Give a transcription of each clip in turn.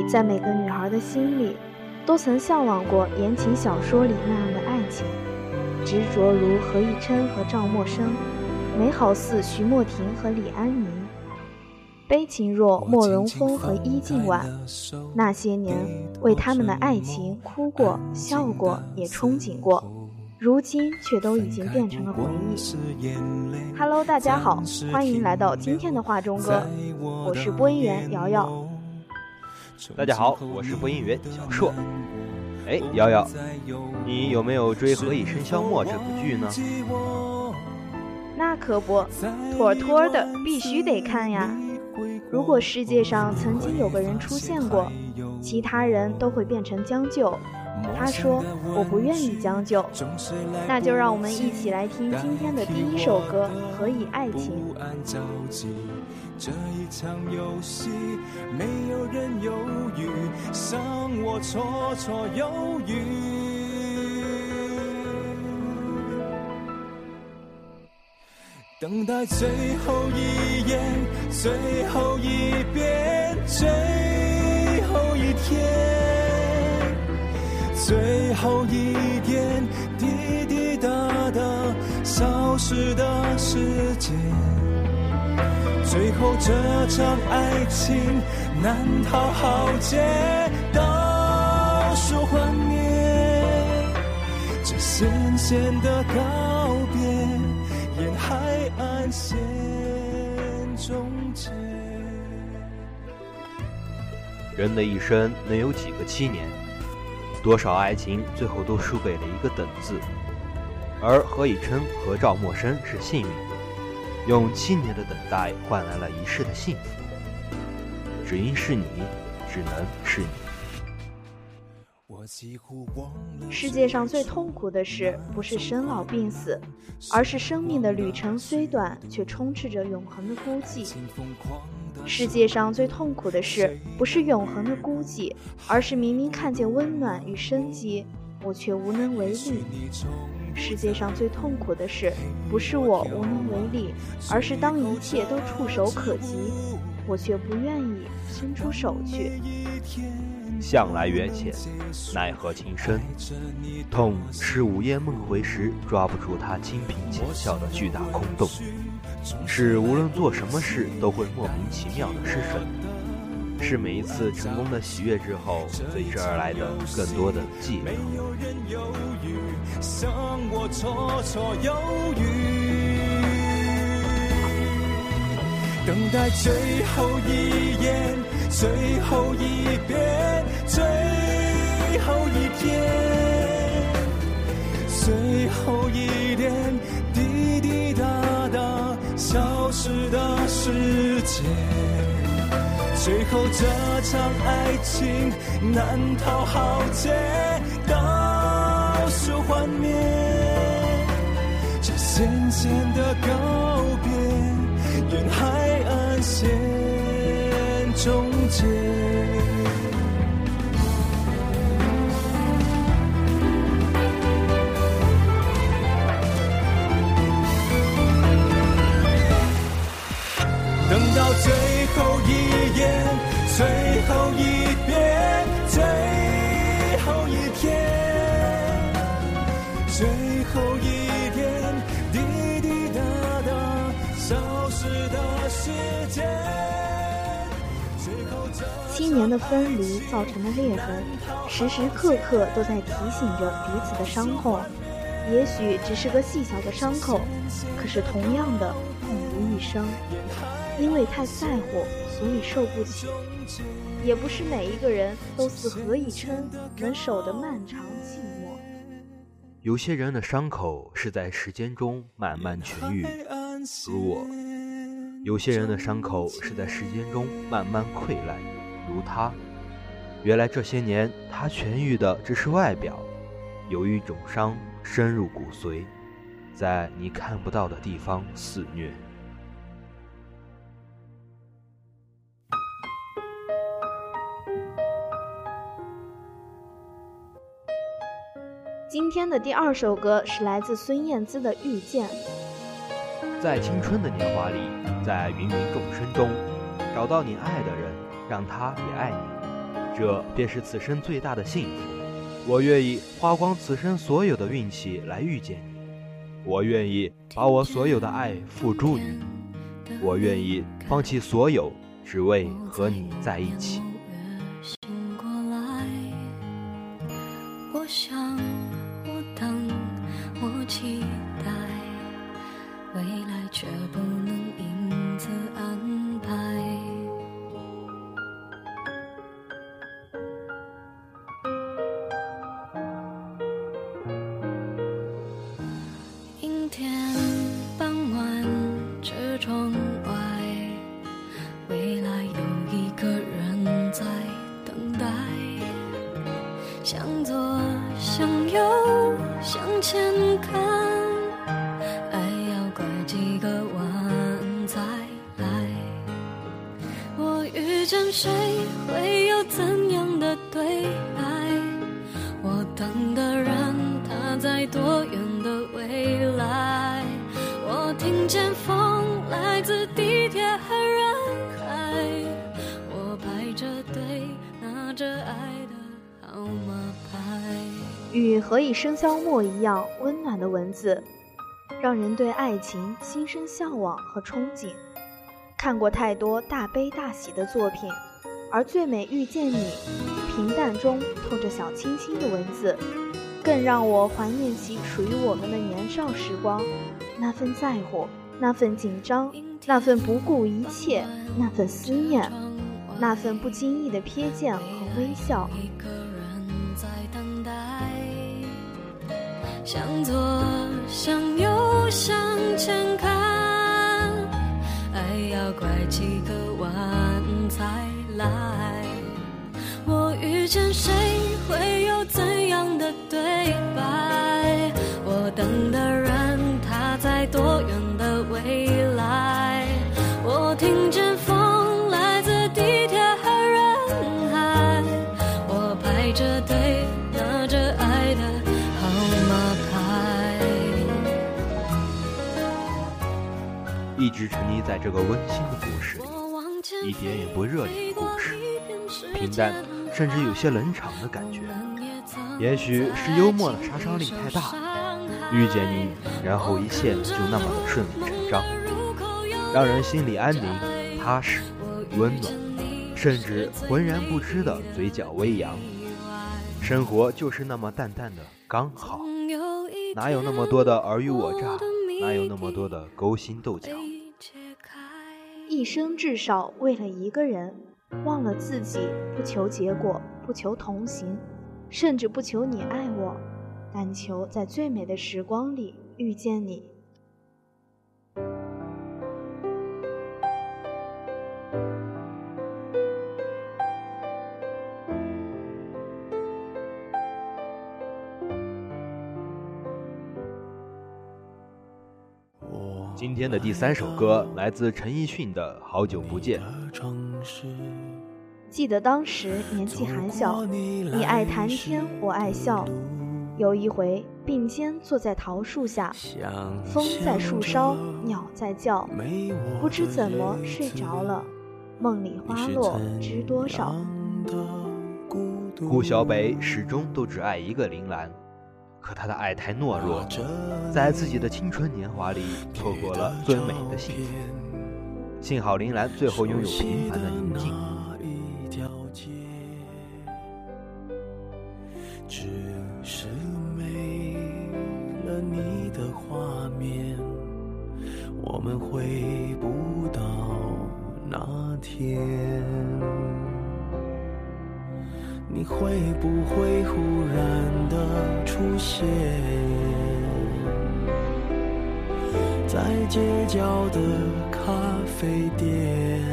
必在每个女孩的心里都曾向往过言情小说里那样的爱情，执着如何以琛和赵默笙，美好似徐莫婷和李安妮，悲情若莫容峰和伊静婉。那些年为他们的爱情哭过笑过也憧憬过，如今却都已经变成了回忆。Hello， 大家好，欢迎来到今天的画中歌，我是播音员瑶瑶。 大家好，我是播音员小硕。瑶瑶，你有没有追《何以笙箫默》这部剧呢？ 那可不，妥妥的必须得看呀。如果世界上曾经有个人出现过，其他人都会变成将就。他说我不愿意将就，那就让我们一起来听今天的第一首歌《何以爱情》。 这一场游戏没有人犹豫，伤我绰绰有余，等待最后一眼，最后一遍，最后一天，最后一点滴滴答答消失的时间，最后这场爱情难逃浩劫，倒数幻灭，这咸咸的告别，沿海岸线终结。 人的一生能有几个7年？多少爱情最后都输给了一个等字，而何以琛和赵默笙是幸运的，用7年的等待换来了一世的幸福。只因是你，只能是你。 世界上最痛苦的事不是生老病死，而是生命的旅程虽短，却充斥着永恒的孤寂。世界上最痛苦的事不是永恒的孤寂，而是明明看见温暖与生机，我却无能为力。世界上最痛苦的事不是我无能为力，而是当一切都触手可及，我却不愿意伸出手去。 向来缘浅，奈何情深。痛是午夜梦回时抓不住它清平浅笑的巨大空洞，是无论做什么事都会莫名其妙的失神，是每一次成功的喜悦之后随之而来的更多的寂寥。 伤我绰绰有余，等待最后一眼，最后一遍，最后一天，最后一点滴滴答答消失的时间，最后这场爱情难逃浩劫，倒数幻灭，这咸咸的告别，沿海岸线终结。等到最后一眼，最后一遍，最后一天，最后一点滴滴答答消失的时间。 7年的分离造成的裂痕，时时刻刻都在提醒着彼此的伤痛。也许只是个细小的伤口，可是同样的痛不欲生。因为太在乎，所以受不起。也不是每一个人都似何以琛能守得漫长寂寞。 有些人的伤口是在时间中慢慢痊愈，如我；有些人的伤口是在时间中慢慢溃烂，如他。原来这些年他痊愈的只是外表，有一种伤深入骨髓，在你看不到的地方肆虐。 今天的第2首歌是来自孙燕姿的《遇见》。 在青春的年华里，在芸芸众生中，找到你爱的人，让他也爱你。 这便是此生最大的幸福。我愿意花光此生所有的运气来遇见你，我愿意把我所有的爱付诸于你，我愿意放弃所有，只为和你在一起。 我想，我等，我期待，未来却不能因此安排。阴天傍晚，这窗外，未来有一个人在等待。向左向右向前看，爱要拐几个弯才来。我遇见谁会有怎样的对白，我等的人他在多远的未来。我听见风来自地铁和人海，我排着队拿着爱的号码牌。 与何以笙箫默一样温暖的文字，让人对爱情心生向往和憧憬。看过太多大悲大喜的作品，而最美遇见你，平淡中透着小清新的文字，更让我怀念起属于我们的年少时光，那份在乎，那份紧张，那份不顾一切，那份思念，那份不经意的瞥见和微笑。 向左向右向前看，爱要拐几个弯才来。我遇见谁会有怎样的对白，我等的人他在多远的未来。我听见风来自地铁和人海，我排着队拿着爱的号码牌。 一直沉溺在这个温馨的故事里，一点也不热烈的故事，平淡甚至有些冷场的感觉。也许是幽默的杀伤力太大，遇见你，然后一切就那么的顺理成章，让人心里安宁、踏实、温暖，甚至浑然不知的嘴角微扬。生活就是那么淡淡的刚好，哪有那么多的尔虞我诈，哪有那么多的勾心斗角。 一生至少为了一个人，忘了自己，不求结果，不求同行，甚至不求你爱我，但求在最美的时光里遇见你。 今天的第3首歌来自陈奕迅的《好久不见》。 记得当时年纪还小，你爱谈天，我爱笑。有一回并肩坐在桃树下，风在树梢，鸟在叫，不知怎么睡着了，梦里花落知多少。 顾小北始终都只爱一个铃兰，可他的爱太懦弱，在自己的青春年华里错过了最美的幸福。幸好铃兰最后拥有平凡的宁静。 只是没了你的画面，我们回不到那天。你会不会忽然的出现在街角的咖啡店？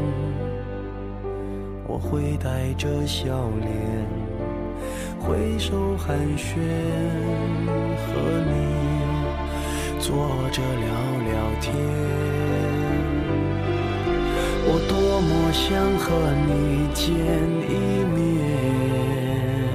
我会带着笑脸挥手寒暄，和你坐着聊聊天。我多么想和你见一面，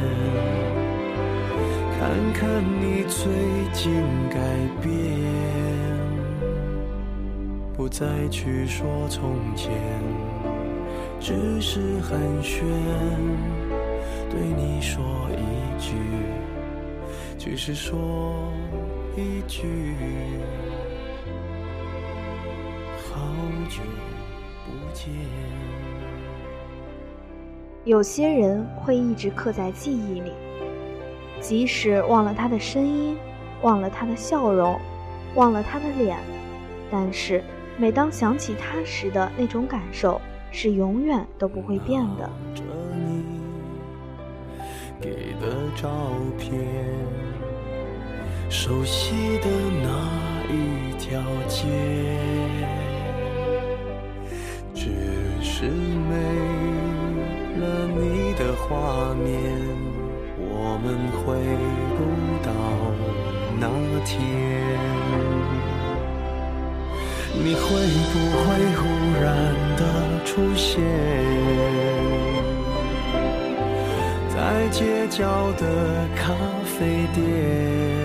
看看你最近改变，不再去说从前只是寒暄，对你说一句，只是说一句，好久不见。 有些人会一直刻在记忆里，即使忘了他的声音，忘了他的笑容，忘了他的脸，但是每当想起他时的那种感受是永远都不会变的。 着你给的照片，熟悉的那一条街，只是没了你的画面，我们回不到那天。你会不会忽然的出现在街角的咖啡店？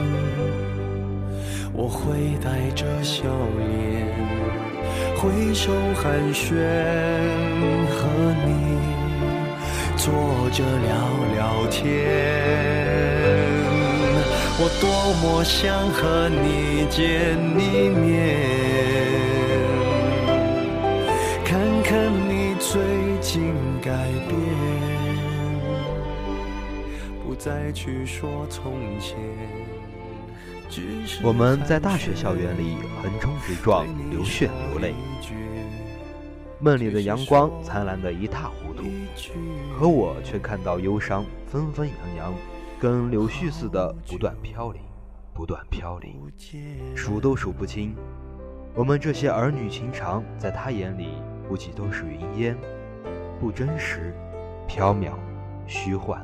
我会带着笑脸挥手寒暄，和你坐着聊聊天。我多么想和你见一面，看看你最近改变，不再去说从前。 我们在大学校园里横冲直撞，流血流泪，梦里的阳光灿烂得一塌糊涂，可我却看到忧伤纷纷扬扬，跟柳絮似的不断飘零，不断飘零，数都数不清。我们这些儿女情长，在他眼里估计都是云烟，不真实，缥缈，虚幻。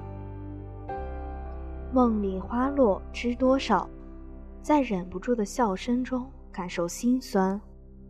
梦里花落知多少，在忍不住的笑声中感受心酸。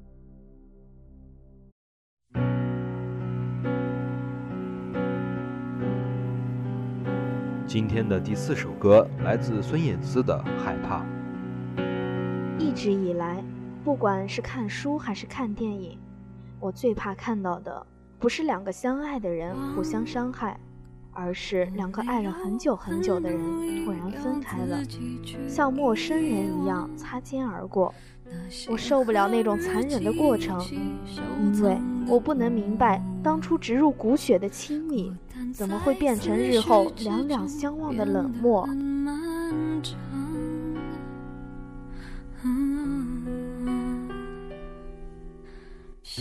今天的第4首歌来自孙燕姿的《害怕》。 一直以来，不管是看书还是看电影，我最怕看到的不是2个相爱的人互相伤害，而是2个爱了很久很久的人突然分开了，像陌生人一样擦肩而过。我受不了那种残忍的过程，因为我不能明白当初植入骨血的亲密，怎么会变成日后两两相望的冷漠。 想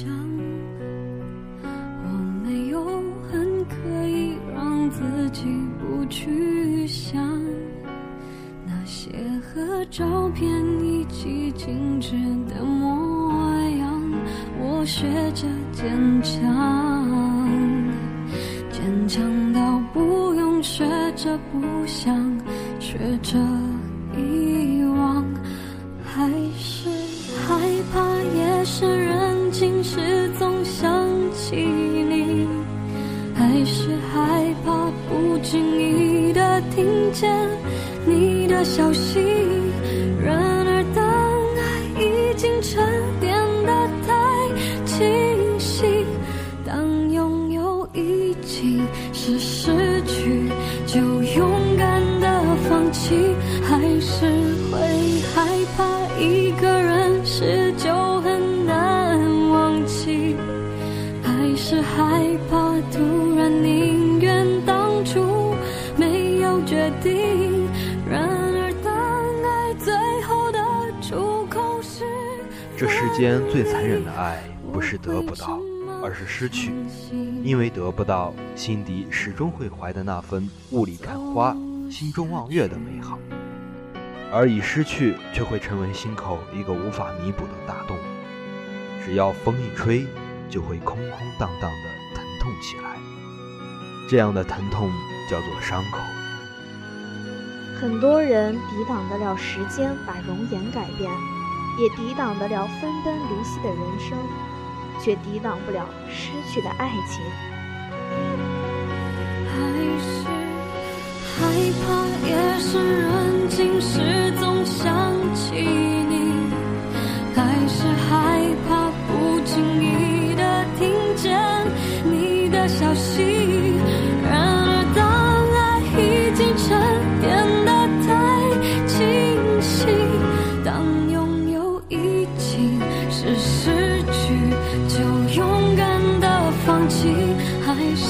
我没有很刻意让自己不去想那些和照片一起静止的模样，我学着坚强，坚强到不用学着不想，学着遗忘，还是害怕夜深人静时总想起你，还是害怕不经意地听见你的消息。然而当爱已经沉淀得太清晰，当拥有已经是失去，就勇敢地放弃，还是会害怕一个人是就很难忘记，还是害怕突然宁愿当初没有决定。然而当爱最后的出口是， 这世间最残忍的爱不是得不到，而是失去。因为得不到，心底始终会怀的那份雾里看花，心中望月的美好，而已失去却会成为心口一个无法弥补的大洞，只要风一吹，就会空空荡荡的疼痛起来。这样的疼痛叫做伤口。 很多人抵挡得了时间把容颜改变，也抵挡得了分崩离析的人生，却抵挡不了失去的爱情。 还是害怕夜深人静时总想起你，还是害怕不经意地听见你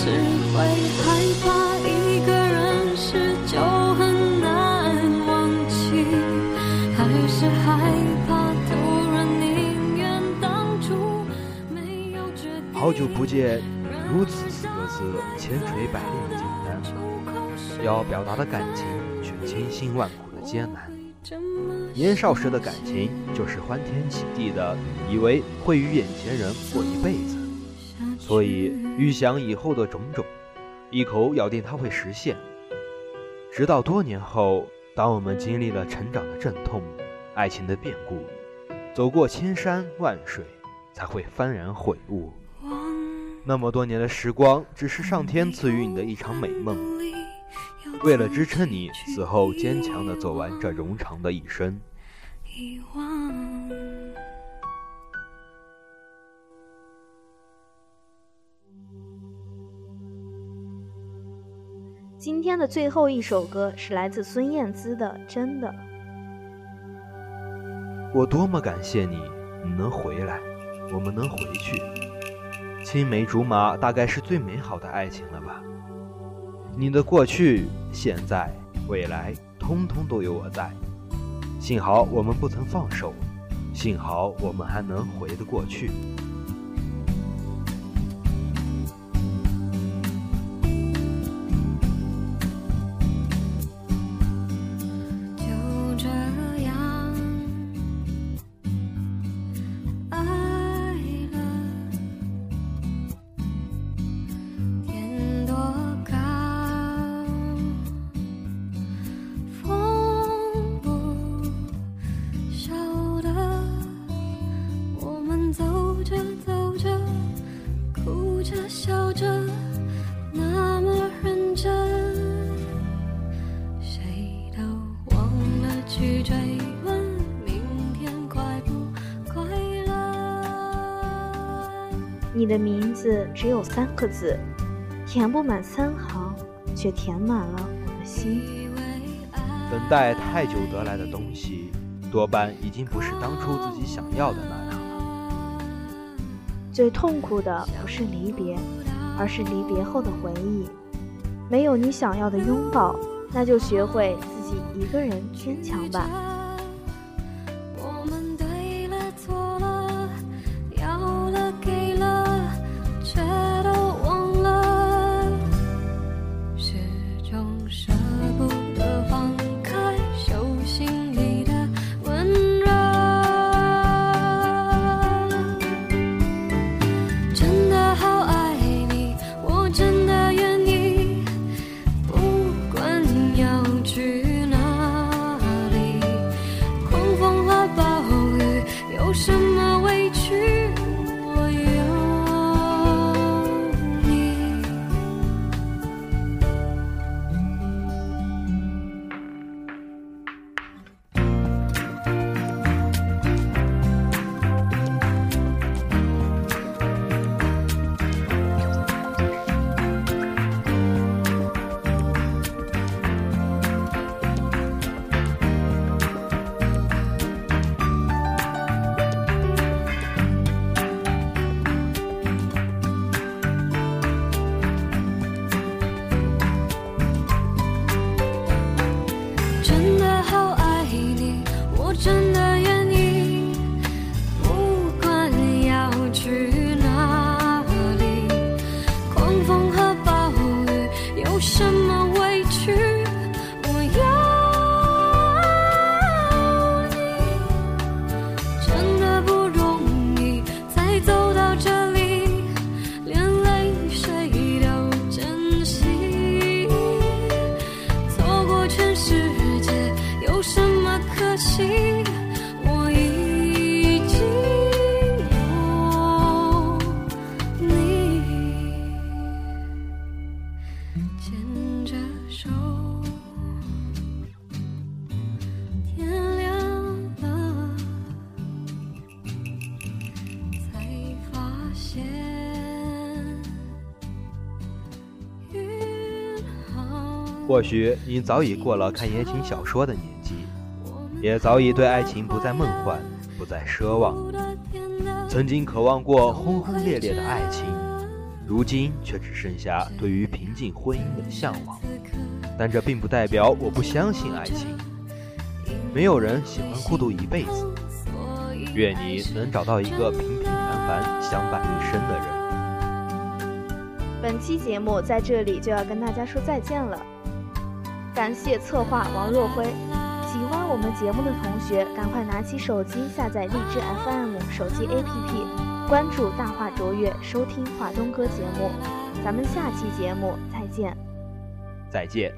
是会害怕一个人时就很难忘记，还是害怕突然宁愿当初没有决定。 好久不见，如此四个字，千锤百炼的简单，要表达的感情却千辛万苦的艰难。年少时的感情就是欢天喜地的，以为会与眼前人过一辈子，所以预想以后的种种，一口咬定它会实现。直到多年后，当我们经历了成长的阵痛，爱情的变故，走过千山万水，才会幡然悔悟，那么多年的时光只是上天赐予你的一场美梦，为了支撑你死后坚强地走完这冗长的一生。 今天的最后一首歌是来自孙燕姿的《真的》。 我多么感谢你，你能回来，我们能回去。青梅竹马大概是最美好的爱情了吧。你的过去、现在、未来，通通都有我在。幸好我们不曾放手，幸好我们还能回得过去。 笑着那么认真，谁都忘了去追问明天快不快乐。 你的名字只有3个字，填不满3行，却填满了我的心。 等待太久得来的东西，多半已经不是当初自己想要的那样了。 最痛苦的不是离别，而是离别后的回忆。没有你想要的拥抱，那就学会自己一个人坚强吧。 我们对了错了，要了给了，却都忘了，始终舍不得放开手心里的温热。真的好爱你，我真的愿意，不管要去哪里，狂风和暴雨，有什么委屈，我有你。真的好爱你，我真的愿意，不管要去哪里，狂风和暴雨，有什么委屈，我有你。真的不容易，才走到这里，连泪水都珍惜，错过全世界有什么可惜，我已经有你。牵着手，天亮了，才发现云好。 或许你早已过了看言情小说的年纪，也早已对爱情不再梦幻，不再奢望。曾经渴望过轰轰烈烈的爱情， 如今却只剩下对于平静婚姻的向往。但这并不代表我不相信爱情。没有人喜欢孤独一辈子，愿你能找到一个平平凡凡相伴一生的人。 本期节目在这里就要跟大家说再见了，感谢策划王若辉。喜欢我们节目的同学，赶快拿起手机下载荔枝 FM 手机 APP， 关注大话卓越，收听华东歌节目。咱们下期节目再见。 再见。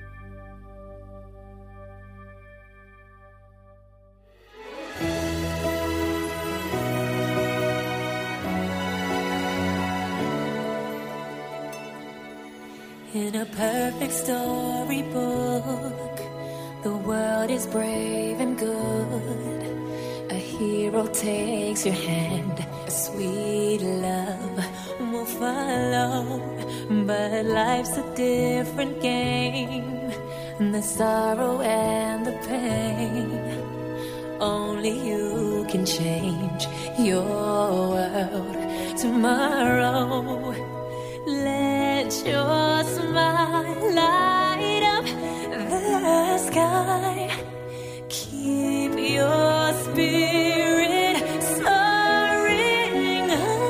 In a perfect storybook, the world is brave and good. A hero takes your hand, a sweet love will follow. But life's a different game, the sorrow and the pain. Only you can change your world tomorrow. Let your smile light up the sky. Keep your spirit soaring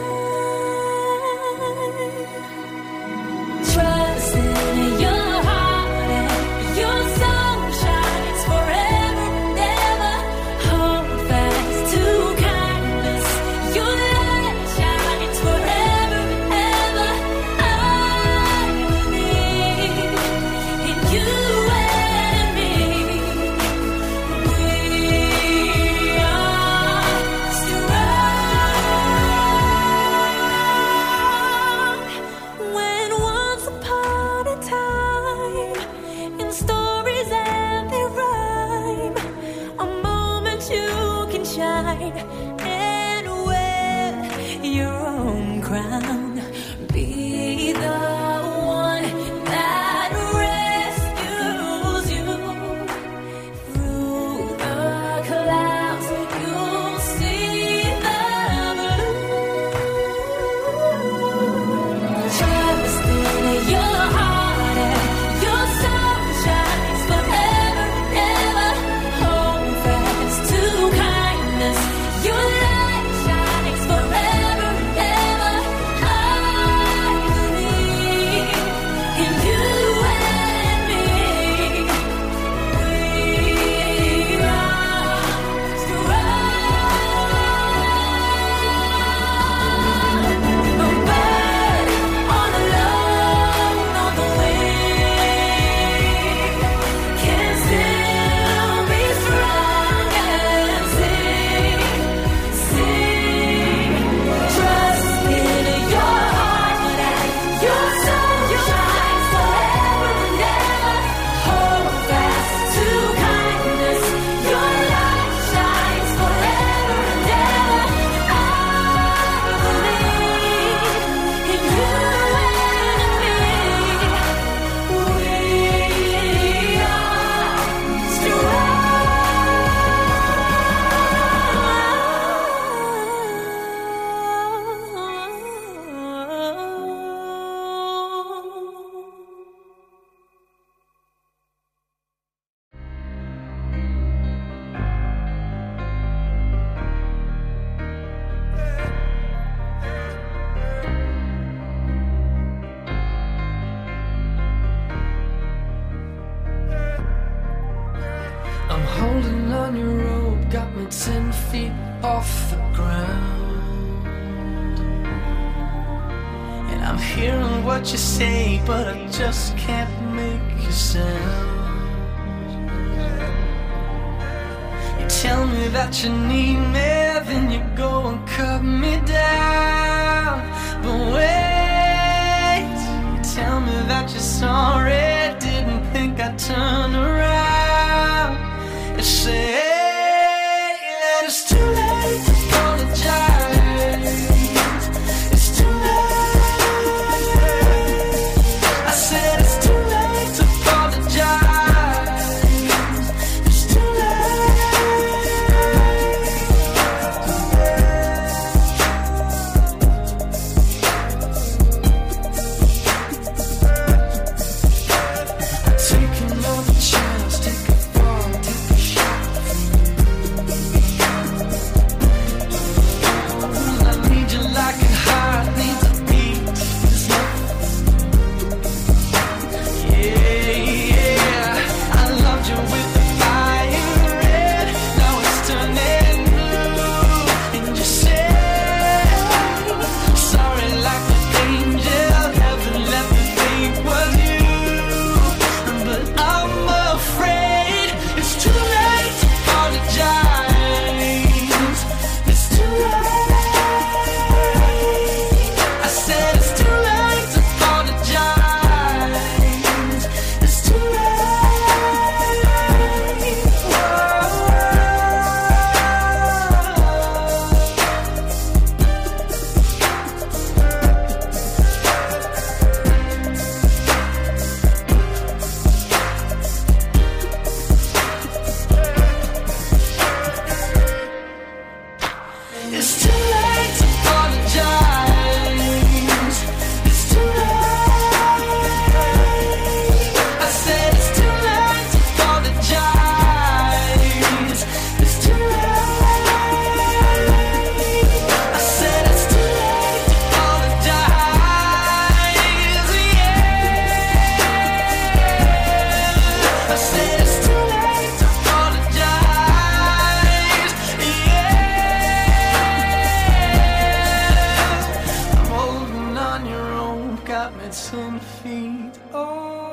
high. Trust in your heart and your soul shines forever and ever. Hold fast to kindness. Your light shines forever and ever. I believe in you and me. We are strong. When once upon a time, in stories and they rhyme, a moment you can shine and wear your own crown. Be the one that rescues you. Through the clouds, you'll see the blue. Trust in your heart and your soul shines forever and ever. Hold fast to kindness. Your light shines forever and ever. I believe in you and me. We are strong. A bird on alone on the wing can still be strong and sing, sing. Trust in your heart and your soul shines forever and ever. Hold fast to kindness. Your light shines forever and ever. I believe in you and me. We are I'm holding on your rope, got me 10 feet off the ground. And I'm hearing what you say, but I just can't make a sound. You tell me that you need me, then you go and cut me down. But wait, you tell me that you're sorry, didn't think I'd turn around and say that it's too late to apologize. It's too late. I said it's too late to apologize. It's too late. it's too late to apologize. It's too late. I said it's too late to apologize. It's too late. I said it's too late to apologize. Yeah. I said it's too late to apologize. Yeah. I'm holding on your rope, got me 10 feet. Oh.